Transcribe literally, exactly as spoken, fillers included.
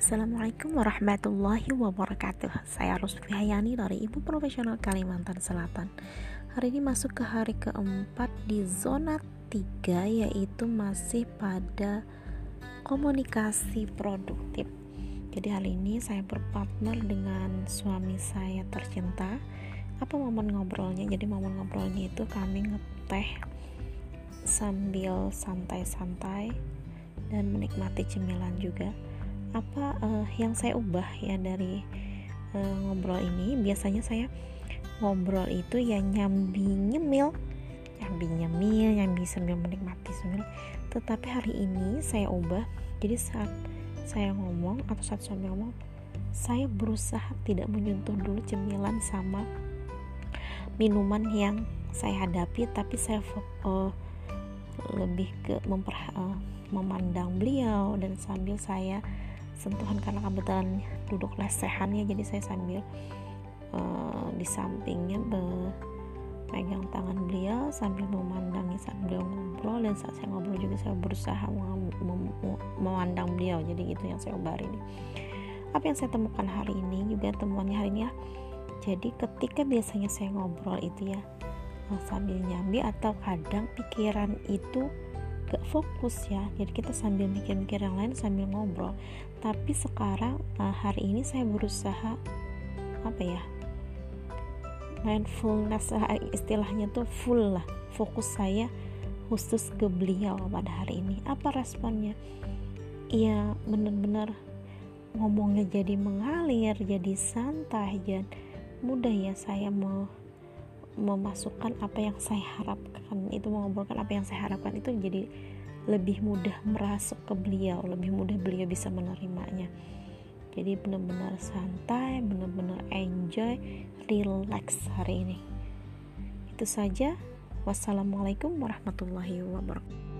Assalamualaikum warahmatullahi wabarakatuh. Saya Rusfi Hayani dari Ibu Profesional Kalimantan Selatan. Hari ini masuk ke hari keempat di zona tiga, yaitu masih pada komunikasi produktif. Jadi hari ini saya berpartner dengan suami saya tercinta. Apa momen ngobrolnya? Jadi momen ngobrolnya itu kami ngeteh sambil santai-santai dan menikmati cemilan juga. Apa uh, yang saya ubah ya dari uh, ngobrol ini? Biasanya saya ngobrol itu ya nyambi nyemil nyambi nyemil nyambi sambil menikmati sambil. Tetapi hari ini saya ubah, jadi saat saya ngomong atau saat suami ngomong, saya berusaha tidak menyentuh dulu cemilan sama minuman yang saya hadapi, tapi saya uh, lebih ke memper, uh, memandang beliau dan sambil saya sentuhan, karena kebetulan duduk lesehan ya, jadi saya sambil uh, di sampingnya megang tangan beliau sambil memandangi saat beliau ngobrol, dan saat saya ngobrol juga saya berusaha mem- mem- memandang beliau. Jadi gitu yang saya ubah hari ini. Apa yang saya temukan hari ini juga temuannya hari ini ya. Jadi ketika biasanya saya ngobrol itu ya sambil nyambi, atau kadang pikiran itu gak fokus ya, jadi kita sambil mikir-mikir yang lain sambil ngobrol. Tapi sekarang uh, hari ini saya berusaha apa ya, mindfulness, istilahnya tuh full lah, fokus saya khusus ke beliau pada hari ini. Apa responnya? Iya, benar-benar ngomongnya jadi mengalir, jadi santai, dan mudah ya saya mau memasukkan apa yang saya harapkan, itu mengobrolkan apa yang saya harapkan itu jadi lebih mudah merasuk ke beliau, lebih mudah beliau bisa menerimanya. Jadi benar-benar santai, benar-benar enjoy, relax hari ini. Itu saja. Wassalamualaikum warahmatullahi wabarakatuh.